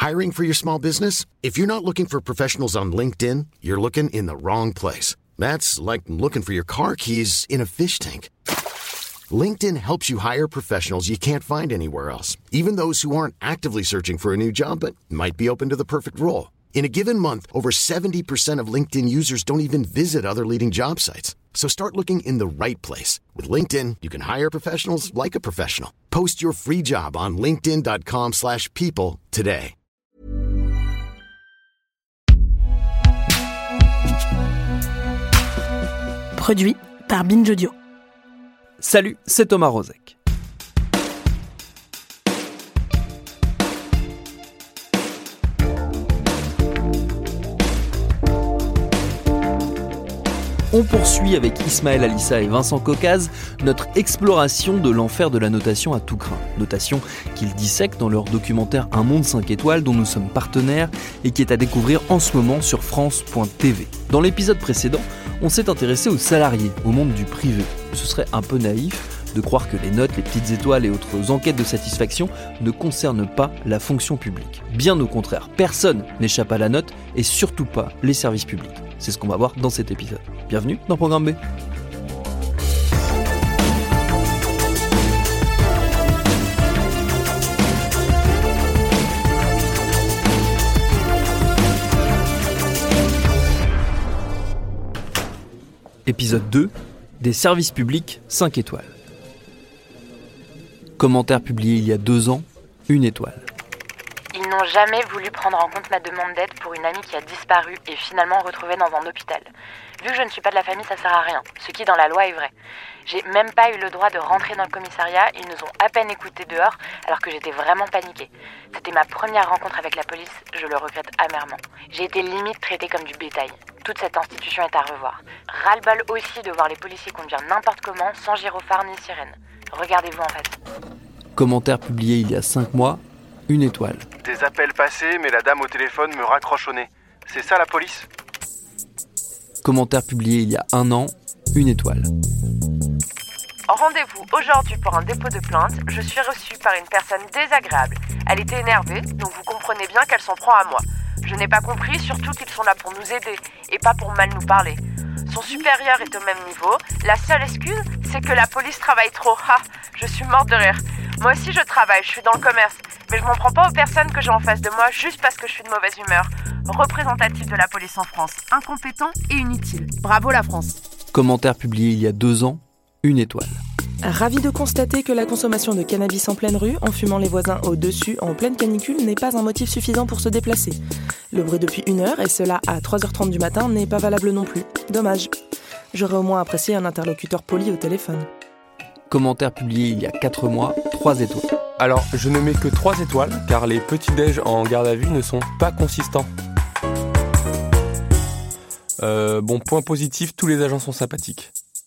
Hiring for your small business? If you're not looking for professionals on LinkedIn, you're looking in the wrong place. That's like looking for your car keys in a fish tank. LinkedIn helps you hire professionals you can't find anywhere else, even those who aren't actively searching for a new job but might be open to the perfect role. In a given month, over 70% of LinkedIn users don't even visit other leading job sites. So start looking in the right place. With LinkedIn, you can hire professionals like a professional. Post your free job on linkedin.com/people today. Produit par Binge Audio. Salut, c'est Thomas Rozek. On poursuit avec Ismaël Alissa et Vincent Caucase notre exploration de l'enfer de la notation à tout crin. Notation qu'ils dissèquent dans leur documentaire Un monde 5 étoiles dont nous sommes partenaires et qui est à découvrir en ce moment sur France.tv. Dans l'épisode précédent, on s'est intéressé aux salariés, au monde du privé. Ce serait un peu naïf de croire que les notes, les petites étoiles et autres enquêtes de satisfaction ne concernent pas la fonction publique. Bien au contraire, personne n'échappe à la note et surtout pas les services publics. C'est ce qu'on va voir dans cet épisode. Bienvenue dans Programme B. Épisode 2, des services publics 5 étoiles. Commentaire publié il y a 2 ans, 1 étoile. Ils n'ont jamais voulu prendre en compte ma demande d'aide pour une amie qui a disparu et finalement retrouvée dans un hôpital. Vu que je ne suis pas de la famille, ça sert à rien, ce qui dans la loi est vrai. J'ai même pas eu le droit de rentrer dans le commissariat, ils nous ont à peine écoutés dehors alors que j'étais vraiment paniquée. C'était ma première rencontre avec la police, je le regrette amèrement. J'ai été limite traitée comme du bétail. Toute cette institution est à revoir. Ras-le-bol aussi de voir les policiers conduire n'importe comment, sans gyrophare ni sirène. Regardez-vous en face. Commentaire publié il y a 5 mois, 1 étoile. Des appels passés, mais la dame au téléphone me raccroche au nez. C'est ça la police ? Commentaire publié il y a 1 an, 1 étoile. Rendez-vous aujourd'hui pour un dépôt de plainte. Je suis reçue par une personne désagréable. Elle était énervée, donc vous comprenez bien qu'elle s'en prend à moi. Je n'ai pas compris, surtout qu'ils sont là pour nous aider et pas pour mal nous parler. Son supérieur est au même niveau. La seule excuse, c'est que la police travaille trop. Je suis morte de rire. Moi aussi je travaille, je suis dans le commerce. Mais je m'en prends pas aux personnes que j'ai en face de moi juste parce que je suis de mauvaise humeur. Représentatif de la police en France, incompétent et inutile. Bravo la France. Commentaire publié il y a 2 ans, 1 étoile. Ravi de constater que la consommation de cannabis en pleine rue, en fumant les voisins au-dessus en pleine canicule, n'est pas un motif suffisant pour se déplacer. Le bruit depuis 1 heure, et cela à 3h30 du matin, n'est pas valable non plus. Dommage. J'aurais au moins apprécié un interlocuteur poli au téléphone. Commentaire publié il y a 4 mois, 3 étoiles. Alors, je ne mets que 3 étoiles, car les petits-déj en garde à vue ne sont pas consistants. Bon, point positif, tous les agents sont sympathiques.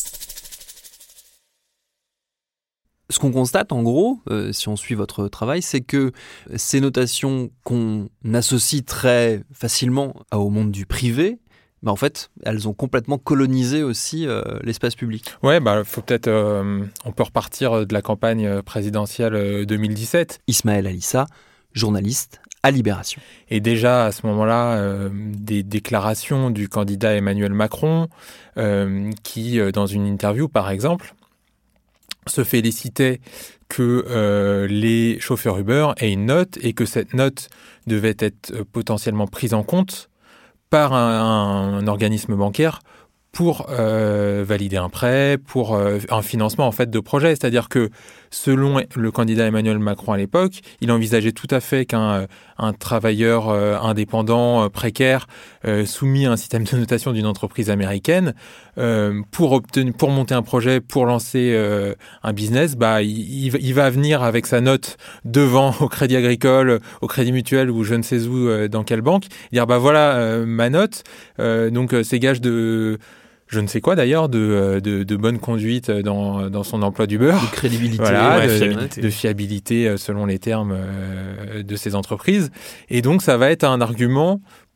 Ce qu'on constate, en gros, si on suit votre travail, c'est que ces notations qu'on associe très facilement au monde du privé, en fait, elles ont complètement colonisé aussi l'espace public. Ouais, faut peut-être, on peut repartir de la campagne présidentielle 2017. Ismaël Alissa, journaliste à Libération. Et déjà, à ce moment-là, des déclarations du candidat Emmanuel Macron, qui, dans une interview, par exemple, se félicitait que les chauffeurs Uber aient une note et que cette note devait être potentiellement prise en compte par un organisme bancaire pour valider un prêt, pour un financement en fait de projet. C'est-à-dire que selon le candidat Emmanuel Macron à l'époque, il envisageait tout à fait qu'un travailleur indépendant, précaire, soumis à un système de notation d'une entreprise américaine, pour monter un projet, pour lancer un business, il va venir avec sa note devant au Crédit Agricole, au Crédit Mutuel ou je ne sais où, dans quelle banque, dire voilà ma note, donc c'est gage de je ne sais quoi d'ailleurs, de bonne conduite dans son emploi du beurre. De crédibilité. Voilà, fiabilité. de fiabilité selon les termes de ces entreprises. Et donc, ça va être un argument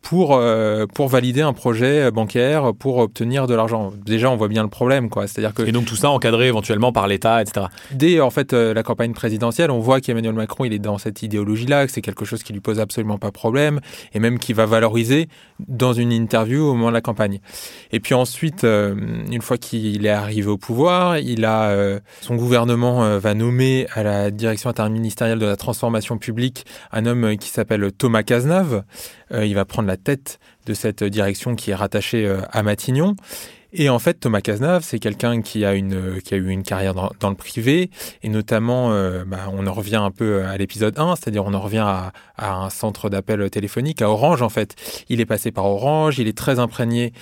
pour valider un projet bancaire, pour obtenir de l'argent. Déjà, on voit bien le problème, quoi. C'est-à-dire que... Et donc tout ça encadré éventuellement par l'État, etc. Dès en fait la campagne présidentielle, on voit qu'Emmanuel Macron, il est dans cette idéologie-là, que c'est quelque chose qui lui pose absolument pas de problème, et même qu'il va valoriser dans une interview au moment de la campagne. Et puis ensuite, une fois qu'il est arrivé au pouvoir, son gouvernement va nommer à la direction interministérielle de la transformation publique un homme qui s'appelle Thomas Cazenave. Il va prendre la tête de cette direction qui est rattachée à Matignon. Et en fait, Thomas Cazenave, c'est quelqu'un qui a eu une carrière dans le privé, et notamment, on en revient un peu à l'épisode 1, c'est-à-dire on en revient à un centre d'appel téléphonique, à Orange en fait. Il est passé par Orange, il est très imprégné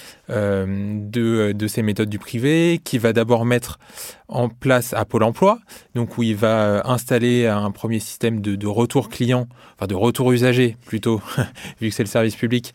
de ces méthodes du privé, qui va d'abord mettre en place à Pôle emploi, donc où il va installer un premier système de retour client, enfin de retour usager plutôt, vu que c'est le service public.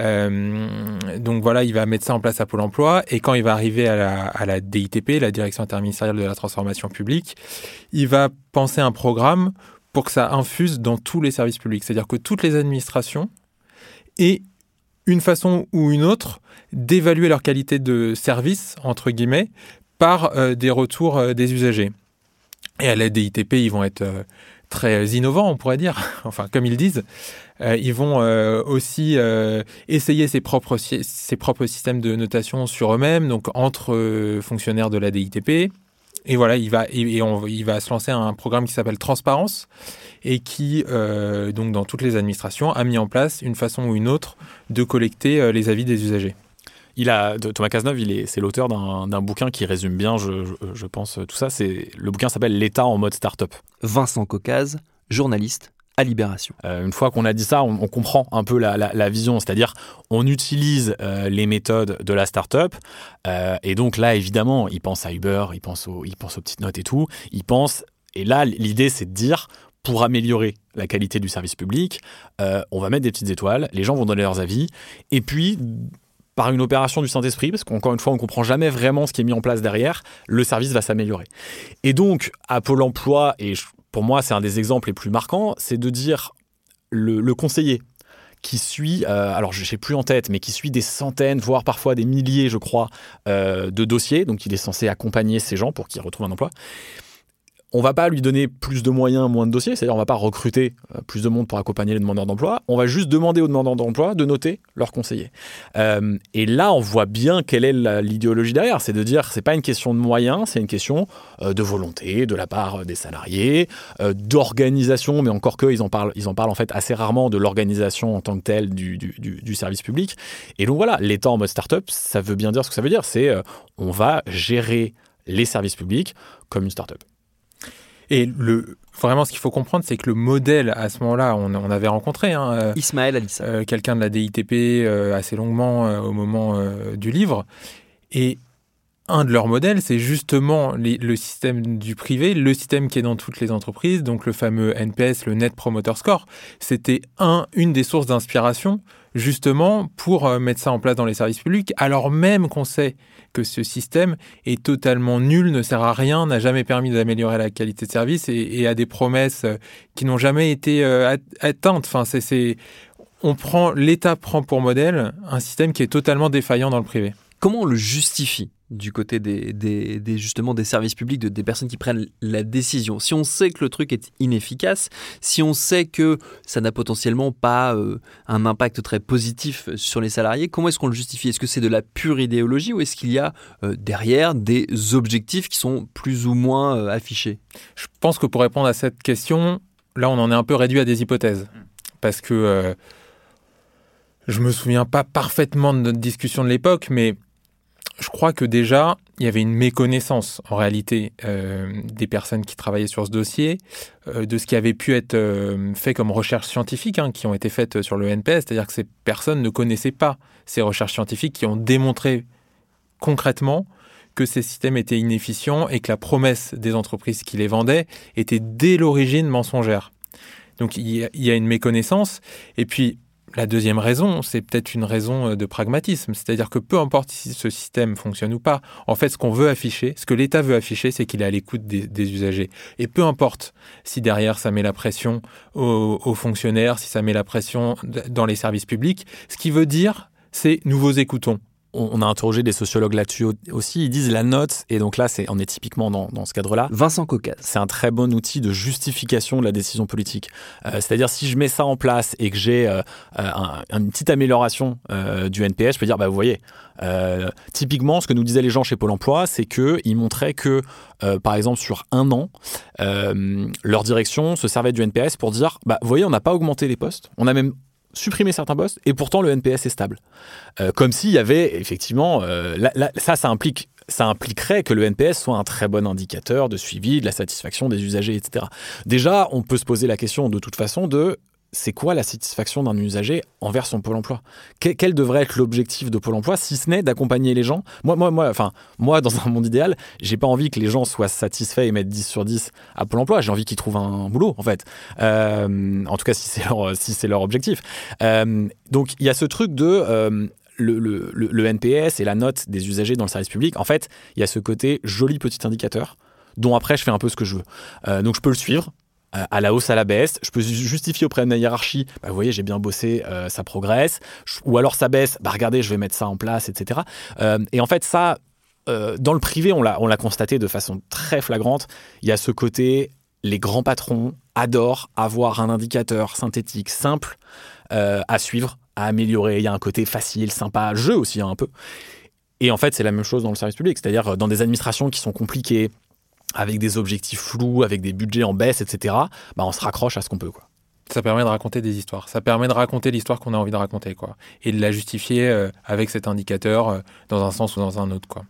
Donc voilà, il va mettre ça en place à Pôle emploi, et quand il va arriver à la DITP, la Direction interministérielle de la transformation publique, il va penser un programme pour que ça infuse dans tous les services publics. C'est-à-dire que toutes les administrations aient une façon ou une autre d'évaluer leur qualité de service, entre guillemets, par des retours des usagers. Et à la DITP, ils vont être très innovants, on pourrait dire, enfin comme ils disent. Ils vont aussi essayer ses propres systèmes de notation sur eux-mêmes, donc entre fonctionnaires de la DITP. Et voilà, il va se lancer un programme qui s'appelle Transparence, et qui, donc dans toutes les administrations, a mis en place une façon ou une autre de collecter les avis des usagers. Thomas Cazenave, c'est l'auteur d'un bouquin qui résume bien, je pense, tout ça. Le bouquin s'appelle « L'État en mode start-up ». Vincent Caucase, journaliste à Libération. Une fois qu'on a dit ça, on comprend un peu la vision, c'est-à-dire on utilise les méthodes de la start-up, et donc là, évidemment, il pense à Uber, il pense aux petites notes et tout, et là, l'idée, c'est de dire, pour améliorer la qualité du service public, on va mettre des petites étoiles, les gens vont donner leurs avis, et puis... par une opération du Saint-Esprit, parce qu'encore une fois, on ne comprend jamais vraiment ce qui est mis en place derrière, le service va s'améliorer. Et donc, à Pôle emploi, et pour moi, c'est un des exemples les plus marquants, c'est de dire le conseiller qui suit, alors je ne sais plus en tête, mais qui suit des centaines, voire parfois des milliers, je crois, de dossiers, donc il est censé accompagner ces gens pour qu'ils retrouvent un emploi. On ne va pas lui donner plus de moyens, moins de dossiers, c'est-à-dire on ne va pas recruter plus de monde pour accompagner les demandeurs d'emploi, on va juste demander aux demandeurs d'emploi de noter leurs conseillers. Et là, on voit bien quelle est l'idéologie derrière, c'est de dire, c'est pas une question de moyens, c'est une question de volonté de la part des salariés, d'organisation, mais encore ils en parlent en fait assez rarement de l'organisation en tant que telle du service public. Et donc voilà, l'État en mode start-up, ça veut bien dire ce que ça veut dire, c'est on va gérer les services publics comme une start-up. Et vraiment, ce qu'il faut comprendre, c'est que le modèle, à ce moment-là, on avait rencontré Ismaël Alissa, quelqu'un de la DITP assez longuement au moment du livre. Et un de leurs modèles, c'est justement le système du privé, le système qui est dans toutes les entreprises, donc le fameux NPS, le Net Promoter Score. C'était une des sources d'inspiration, justement, pour mettre ça en place dans les services publics, alors même qu'on sait que ce système est totalement nul, ne sert à rien, n'a jamais permis d'améliorer la qualité de service et a des promesses qui n'ont jamais été atteintes. Enfin, l'État prend pour modèle un système qui est totalement défaillant dans le privé. Comment on le justifie du côté justement des services publics, des personnes qui prennent la décision? Si on sait que le truc est inefficace, si on sait que ça n'a potentiellement pas un impact très positif sur les salariés, comment est-ce qu'on le justifie? Est-ce que c'est de la pure idéologie ou est-ce qu'il y a derrière des objectifs qui sont plus ou moins affichés? Je pense que pour répondre à cette question, là on en est un peu réduit à des hypothèses. Parce que je me souviens pas parfaitement de notre discussion de l'époque, mais je crois que déjà, il y avait une méconnaissance, en réalité, des personnes qui travaillaient sur ce dossier, de ce qui avait pu être fait comme recherches scientifiques qui ont été faites sur le NPS, c'est-à-dire que ces personnes ne connaissaient pas ces recherches scientifiques qui ont démontré concrètement que ces systèmes étaient inefficients et que la promesse des entreprises qui les vendaient était dès l'origine mensongère. Donc il y a une méconnaissance, et puis La deuxième raison, c'est peut-être une raison de pragmatisme, c'est-à-dire que peu importe si ce système fonctionne ou pas, en fait, ce qu'on veut afficher, ce que l'État veut afficher, c'est qu'il est à l'écoute des usagers. Et peu importe si derrière ça met la pression aux fonctionnaires, si ça met la pression dans les services publics, ce qui veut dire, c'est nous vous écoutons. On a interrogé des sociologues là-dessus aussi. Ils disent la note, et donc là, on est typiquement dans ce cadre-là. Vincent Caucase. C'est un très bon outil de justification de la décision politique. C'est-à-dire, si je mets ça en place et que j'ai une petite amélioration du NPS, je peux dire, vous voyez, typiquement, ce que nous disaient les gens chez Pôle emploi, c'est qu'ils montraient que, par exemple, sur 1 an, leur direction se servait du NPS pour dire, vous voyez, on n'a pas augmenté les postes, on a même supprimer certains postes, et pourtant le NPS est stable. Comme s'il y avait effectivement... ça impliquerait que le NPS soit un très bon indicateur de suivi, de la satisfaction des usagers, etc. Déjà, on peut se poser la question de toute façon de c'est quoi la satisfaction d'un usager envers son Pôle emploi ? Quel devrait être l'objectif de Pôle emploi, si ce n'est d'accompagner les gens ? Moi, dans un monde idéal, j'ai pas envie que les gens soient satisfaits et mettent 10 sur 10 à Pôle emploi. J'ai envie qu'ils trouvent un boulot, en fait. En tout cas, si c'est leur objectif. Donc, il y a ce truc de... Le NPS et la note des usagers dans le service public, en fait, il y a ce côté joli petit indicateur dont après, je fais un peu ce que je veux. Donc, je peux le suivre. À la hausse, à la baisse, je peux justifier auprès de ma hiérarchie, vous voyez, j'ai bien bossé, ça progresse, ou alors ça baisse, regardez, je vais mettre ça en place, etc. Et en fait, ça, dans le privé, on l'a constaté de façon très flagrante, il y a ce côté, les grands patrons adorent avoir un indicateur synthétique, simple, à suivre, à améliorer, il y a un côté facile, sympa, jeu aussi, un peu. Et en fait, c'est la même chose dans le service public, c'est-à-dire dans des administrations qui sont compliquées, avec des objectifs flous, avec des budgets en baisse, etc., on se raccroche à ce qu'on peut, quoi. Ça permet de raconter des histoires. Ça permet de raconter l'histoire qu'on a envie de raconter, quoi. Et de la justifier avec cet indicateur dans un sens ou dans un autre, quoi.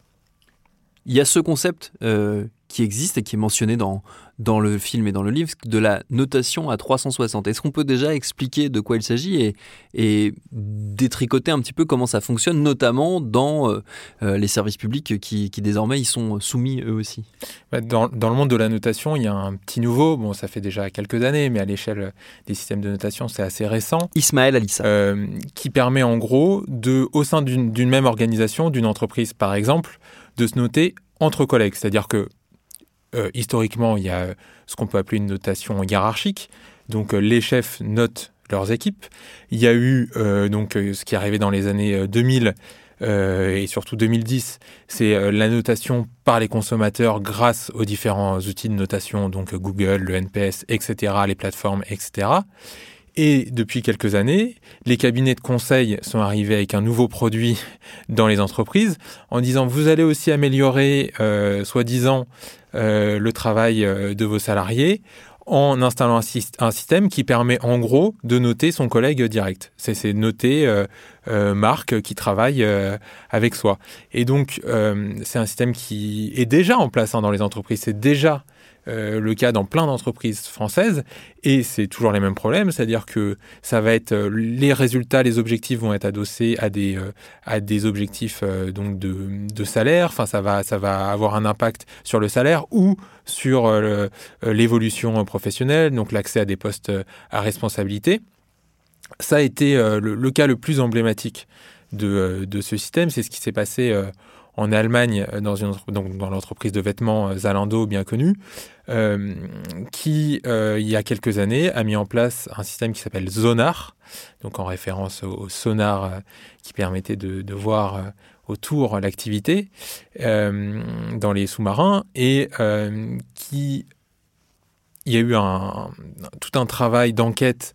Il y a ce concept qui existe et qui est mentionné dans le film et dans le livre, de la notation à 360. Est-ce qu'on peut déjà expliquer de quoi il s'agit et détricoter un petit peu comment ça fonctionne, notamment dans les services publics qui désormais y sont soumis eux aussi ? Dans le monde de la notation, il y a un petit nouveau, bon ça fait déjà quelques années, mais à l'échelle des systèmes de notation, c'est assez récent. Ismaël Alissa. Qui permet en gros, au sein d'une même organisation, d'une entreprise par exemple, de se noter entre collègues. C'est-à-dire que historiquement, il y a ce qu'on peut appeler une notation hiérarchique. Donc, les chefs notent leurs équipes. Il y a eu ce qui est arrivé dans les années 2000 et surtout 2010, c'est la notation par les consommateurs grâce aux différents outils de notation, donc Google, le NPS, etc., les plateformes, etc. Et depuis quelques années, les cabinets de conseil sont arrivés avec un nouveau produit dans les entreprises en disant vous allez aussi améliorer, soi-disant, le travail de vos salariés en installant un système qui permet en gros de noter son collègue direct. C'est noter Marc qui travaille avec soi. Et donc, c'est un système qui est déjà en place dans les entreprises. C'est déjà le cas dans plein d'entreprises françaises et c'est toujours les mêmes problèmes, c'est-à-dire que ça va être les résultats, les objectifs vont être adossés à des objectifs donc de salaire. Enfin, ça va avoir un impact sur le salaire ou sur l'évolution professionnelle, donc l'accès à des postes à responsabilité. Ça a été le cas le plus emblématique de ce système. C'est ce qui s'est passé en Allemagne, dans l'entreprise de vêtements Zalando bien connue, qui, il y a quelques années, a mis en place un système qui s'appelle Sonar, donc en référence au sonar qui permettait de voir autour l'activité dans les sous-marins, et il y a eu tout un travail d'enquête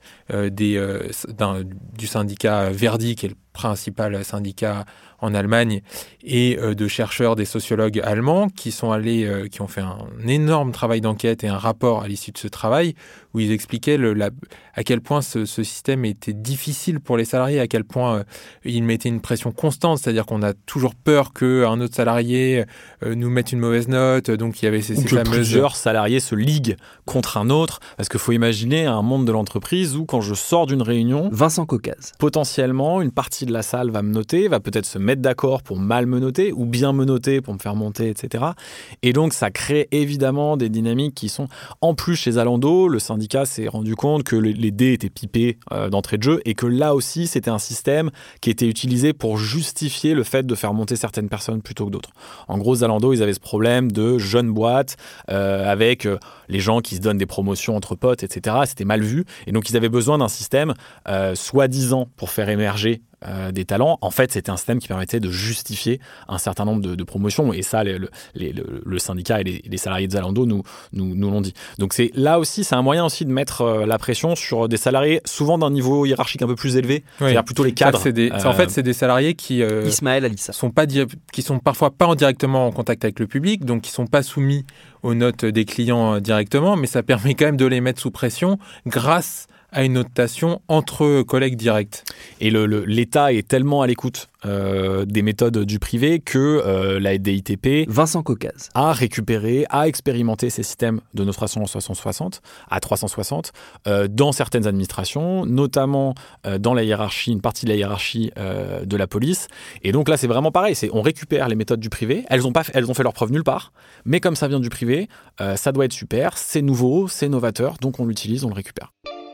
du syndicat Verdi, qui est le principal syndicat en Allemagne, et de chercheurs, des sociologues allemands qui sont allés, qui ont fait un énorme travail d'enquête et un rapport à l'issue de ce travail où ils expliquaient à quel point ce système était difficile pour les salariés, à quel point il mettait une pression constante, c'est-à-dire qu'on a toujours peur qu'un autre salarié nous mette une mauvaise note, donc il y avait ces fameuses... plusieurs salariés se liguent contre un autre, parce qu'il faut imaginer un monde de l'entreprise où quand je sors d'une réunion, Vincent Caucase. Potentiellement, une partie de la salle va me noter, va peut-être se mettre d'accord pour mal me noter ou bien me noter pour me faire monter, etc. Et donc, ça crée évidemment des dynamiques qui sont... En plus, chez Zalando, le syndicat s'est rendu compte que les dés étaient pipés d'entrée de jeu et que là aussi, c'était un système qui était utilisé pour justifier le fait de faire monter certaines personnes plutôt que d'autres. En gros, Zalando, ils avaient ce problème de jeunes boîtes avec les gens qui se donnent des promotions entre potes, etc. C'était mal vu. Et donc, ils avaient besoin d'un système soi-disant pour faire émerger des talents. En fait, c'était un système qui permettait de justifier un certain nombre de promotions. Et ça, le syndicat et les salariés de Zalando nous l'ont dit. Donc, là aussi, c'est un moyen aussi de mettre la pression sur des salariés, souvent d'un niveau hiérarchique un peu plus élevé. Oui. C'est-à-dire plutôt les cadres. En fait, c'est des salariés qui... Ismaël Alissa. qui sont parfois pas directement en contact avec le public, donc qui sont pas soumis aux notes des clients directement, mais ça permet quand même de les mettre sous pression grâce à une notation entre collègues directs. Et l'État est tellement à l'écoute des méthodes du privé que la DITP Vincent Caucase a récupéré, a expérimenté ces systèmes de notation à 360 dans certaines administrations, notamment dans la hiérarchie, une partie de la hiérarchie de la police. Et donc là, c'est vraiment pareil. On récupère les méthodes du privé. Elles ont fait leur preuve nulle part. Mais comme ça vient du privé, ça doit être super. C'est nouveau, c'est novateur. Donc on l'utilise, on le récupère.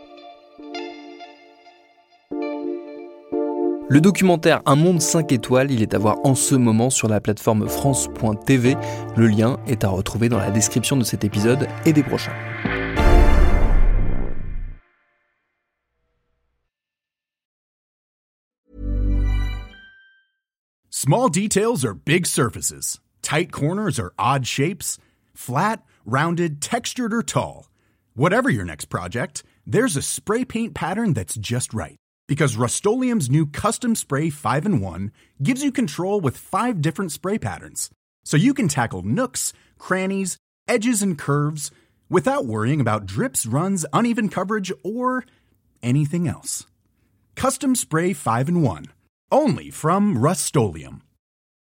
Le documentaire Un monde 5 étoiles, il est à voir en ce moment sur la plateforme France.tv. Le lien est à retrouver dans la description de cet épisode et des prochains. Small details are big surfaces. Tight corners are odd shapes. Flat, rounded, textured, or tall. Whatever your next project, there's a spray paint pattern that's just right. Because Rust-Oleum's new Custom Spray 5-in-1 gives you control with 5 different spray patterns. So you can tackle nooks, crannies, edges, and curves without worrying about drips, runs, uneven coverage, or anything else. Custom Spray 5-in-1. Only from Rust-Oleum.